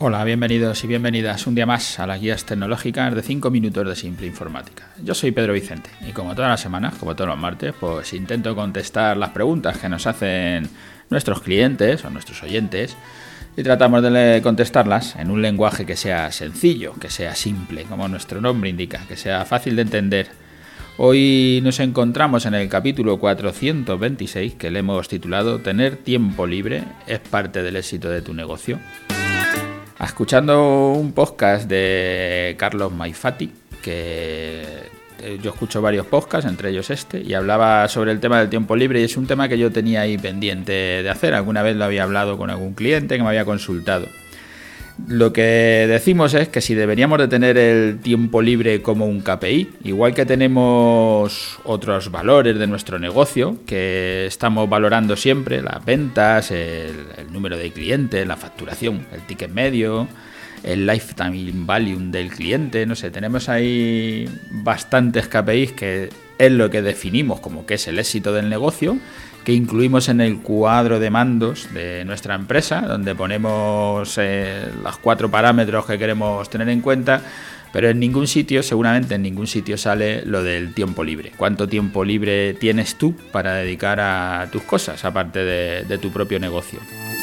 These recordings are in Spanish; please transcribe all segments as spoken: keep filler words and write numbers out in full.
Hola, bienvenidos y bienvenidas un día más a las guías tecnológicas de cinco minutos de Simple Informática. Yo soy Pedro Vicente y como todas las semanas, como todos los martes, pues intento contestar las preguntas que nos hacen nuestros clientes o nuestros oyentes y tratamos de contestarlas en un lenguaje que sea sencillo, que sea simple, como nuestro nombre indica, que sea fácil de entender. Hoy nos encontramos en el capítulo cuatrocientos veintiséis que le hemos titulado ¿Tener tiempo libre es parte del éxito de tu negocio? Escuchando un podcast de Carlos Maifati, que yo escucho varios podcasts, entre ellos este, y hablaba sobre el tema del tiempo libre y es un tema que yo tenía ahí pendiente de hacer. Alguna vez lo había hablado con algún cliente que me había consultado. Lo que decimos es que si deberíamos de tener el tiempo libre como un K P I, igual que tenemos otros valores de nuestro negocio, que estamos valorando siempre, las ventas, el, el número de clientes, la facturación, el ticket medio, el lifetime value del cliente, no sé, tenemos ahí bastantes K P Is que es lo que definimos como que es el éxito del negocio, que incluimos en el cuadro de mandos de nuestra empresa, donde ponemos eh, los cuatro parámetros que queremos tener en cuenta, pero en ningún sitio, seguramente en ningún sitio sale lo del tiempo libre. ¿Cuánto tiempo libre tienes tú para dedicar a tus cosas, aparte de, de tu propio negocio?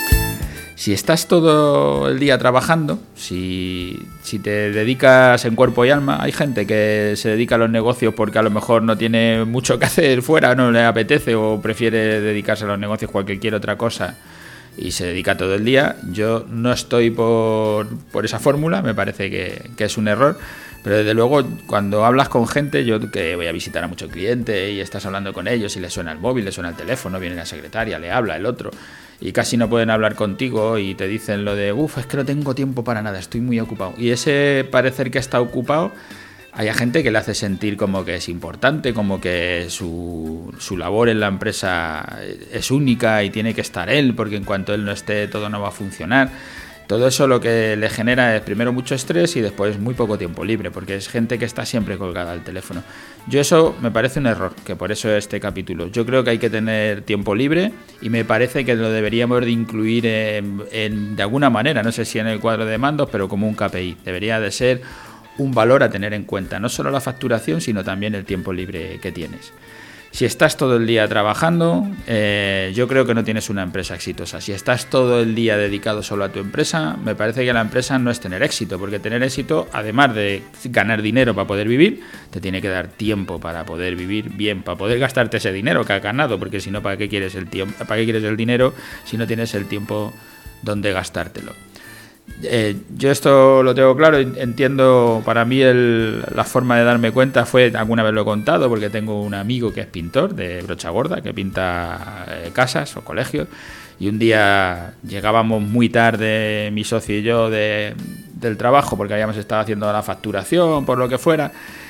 Si estás todo el día trabajando, si, si te dedicas en cuerpo y alma, hay gente que se dedica a los negocios porque a lo mejor no tiene mucho que hacer fuera, no le apetece o prefiere dedicarse a los negocios cualquier otra cosa y se dedica todo el día. Yo no estoy por, por esa fórmula, me parece que, que es un error, pero desde luego cuando hablas con gente, yo que voy a visitar a muchos clientes y estás hablando con ellos y les suena el móvil, les suena el teléfono, viene la secretaria, le habla el otro y casi no pueden hablar contigo y te dicen lo de uff, es que no tengo tiempo para nada, estoy muy ocupado. Y ese parecer que está ocupado, hay gente que le hace sentir como que es importante, como que su, su labor en la empresa es única y tiene que estar él, porque en cuanto él no esté todo no va a funcionar. Todo eso lo que le genera es primero mucho estrés y después muy poco tiempo libre, porque es gente que está siempre colgada al teléfono. Yo eso me parece un error, que por eso este capítulo. Yo creo que hay que tener tiempo libre y me parece que lo deberíamos de incluir en, en, de alguna manera, no sé si en el cuadro de mandos, pero como un K P I. Debería de ser un valor a tener en cuenta, no solo la facturación, sino también el tiempo libre que tienes. Si estás todo el día trabajando, eh, yo creo que no tienes una empresa exitosa. Si estás todo el día dedicado solo a tu empresa, me parece que la empresa no es tener éxito, porque tener éxito, además de ganar dinero para poder vivir, te tiene que dar tiempo para poder vivir bien, para poder gastarte ese dinero que has ganado, porque si no, ¿para qué quieres el tiempo? ¿Para qué quieres el dinero si no tienes el tiempo donde gastártelo? Eh, yo esto lo tengo claro, entiendo, para mí el, la forma de darme cuenta fue, alguna vez lo he contado, porque tengo un amigo que es pintor de brocha gorda, que pinta eh, casas o colegios, y un día llegábamos muy tarde, mi socio y yo, de, del trabajo, porque habíamos estado haciendo la facturación, por lo que fuera,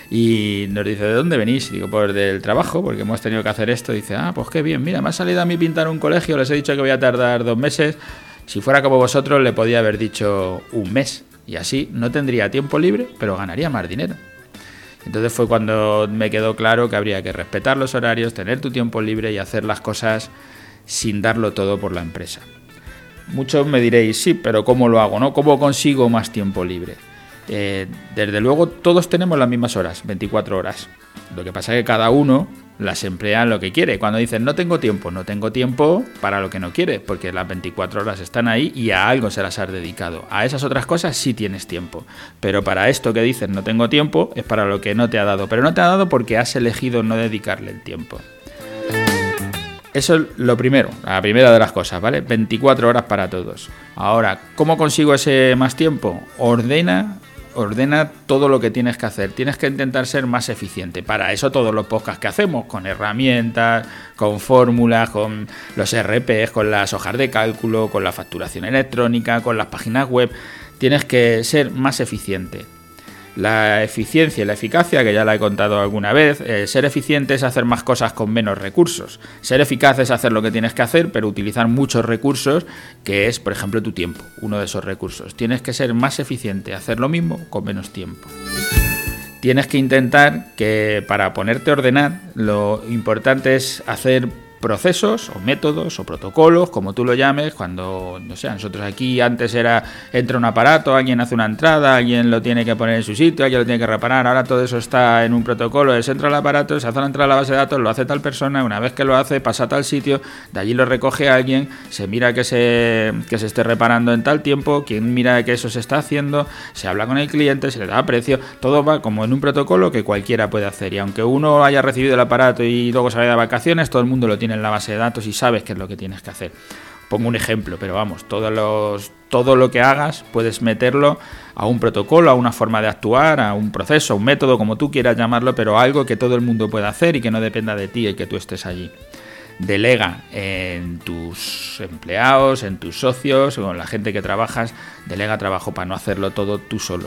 y nos dice, ¿de dónde venís? Digo, pues del trabajo, porque hemos tenido que hacer esto. Dice, ah, pues qué bien, mira, me ha salido a mí pintar un colegio, les he dicho que voy a tardar dos meses. Si fuera como vosotros, le podía haber dicho un mes y así no tendría tiempo libre, pero ganaría más dinero. Entonces fue cuando me quedó claro que habría que respetar los horarios, tener tu tiempo libre y hacer las cosas sin darlo todo por la empresa. Muchos me diréis, sí, pero ¿cómo lo hago, no? ¿Cómo consigo más tiempo libre? Eh, desde luego todos tenemos las mismas horas, veinticuatro horas. Lo que pasa es que cada uno las emplea en lo que quiere. Cuando dicen no tengo tiempo, no tengo tiempo para lo que no quiere, porque las veinticuatro horas están ahí y a algo se las has dedicado. A esas otras cosas sí tienes tiempo, pero para esto que dices no tengo tiempo es para lo que no te ha dado, pero no te ha dado porque has elegido no dedicarle el tiempo. Eso es lo primero, la primera de las cosas, ¿vale? veinticuatro horas para todos. Ahora, ¿cómo consigo ese más tiempo? Ordena Ordena todo lo que tienes que hacer. Tienes que intentar ser más eficiente. Para eso todos los podcasts que hacemos, con herramientas, con fórmulas, con los R Ps, con las hojas de cálculo, con la facturación electrónica, con las páginas web, tienes que ser más eficiente. La eficiencia y la eficacia, que ya la he contado alguna vez, eh, ser eficiente es hacer más cosas con menos recursos. Ser eficaz es hacer lo que tienes que hacer, pero utilizar muchos recursos, que es, por ejemplo, tu tiempo, uno de esos recursos. Tienes que ser más eficiente, hacer lo mismo con menos tiempo. Tienes que intentar que para ponerte a ordenar, lo importante es hacer procesos o métodos o protocolos, como tú lo llames, cuando, no sé, nosotros aquí antes era, entra un aparato, alguien hace una entrada, alguien lo tiene que poner en su sitio, alguien lo tiene que reparar, ahora todo eso está en un protocolo, se entra el aparato, se hace la entrada a la base de datos, lo hace tal persona, una vez que lo hace pasa a tal sitio, de allí lo recoge alguien, se mira que se, que se esté reparando en tal tiempo, quien mira que eso se está haciendo, se habla con el cliente, se le da precio, todo va como en un protocolo que cualquiera puede hacer, y aunque uno haya recibido el aparato y luego se vaya de vacaciones, todo el mundo lo tiene en la base de datos y sabes qué es lo que tienes que hacer. Pongo un ejemplo, pero vamos, todos los, todo lo que hagas puedes meterlo a un protocolo, a una forma de actuar, a un proceso, a un método, como tú quieras llamarlo, pero algo que todo el mundo pueda hacer y que no dependa de ti y que tú estés allí. Delega en tus empleados, en tus socios, con la gente que trabajas, delega trabajo para no hacerlo todo tú solo.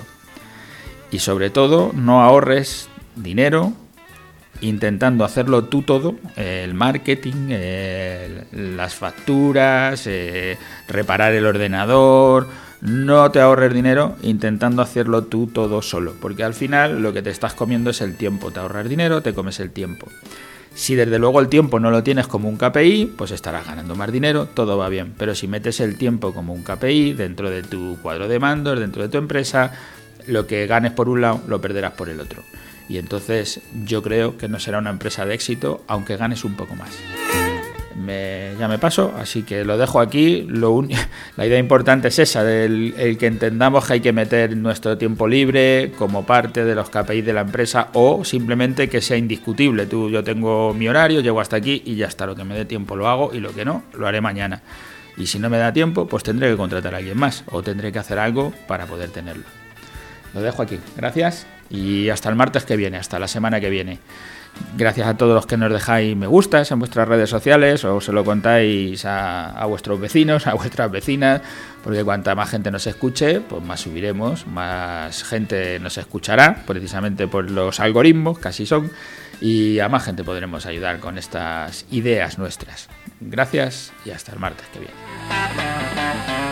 Y sobre todo, no ahorres dinero intentando hacerlo tú todo, el marketing, el, las facturas, eh, reparar el ordenador. No te ahorres dinero intentando hacerlo tú todo solo, porque al final lo que te estás comiendo es el tiempo. Te ahorras dinero, te comes el tiempo. Si desde luego el tiempo no lo tienes como un K P I, pues estarás ganando más dinero, todo va bien. Pero si metes el tiempo como un K P I dentro de tu cuadro de mandos, dentro de tu empresa, lo que ganes por un lado lo perderás por el otro. Y entonces yo creo que no será una empresa de éxito, aunque ganes un poco más. Me, ya me paso, así que lo dejo aquí. Lo un... La idea importante es esa, del, el que entendamos que hay que meter nuestro tiempo libre como parte de los K P I de la empresa, o simplemente que sea indiscutible. Tú, yo tengo mi horario, llego hasta aquí y ya está. Lo que me dé tiempo lo hago y lo que no, lo haré mañana. Y si no me da tiempo, pues tendré que contratar a alguien más o tendré que hacer algo para poder tenerlo. Lo dejo aquí. Gracias y hasta el martes que viene, hasta la semana que viene. Gracias a todos los que nos dejáis me gustas en vuestras redes sociales o se lo contáis a, a vuestros vecinos, a vuestras vecinas, porque cuanta más gente nos escuche, pues más subiremos, más gente nos escuchará, precisamente por los algoritmos, que así son, y a más gente podremos ayudar con estas ideas nuestras. Gracias y hasta el martes que viene.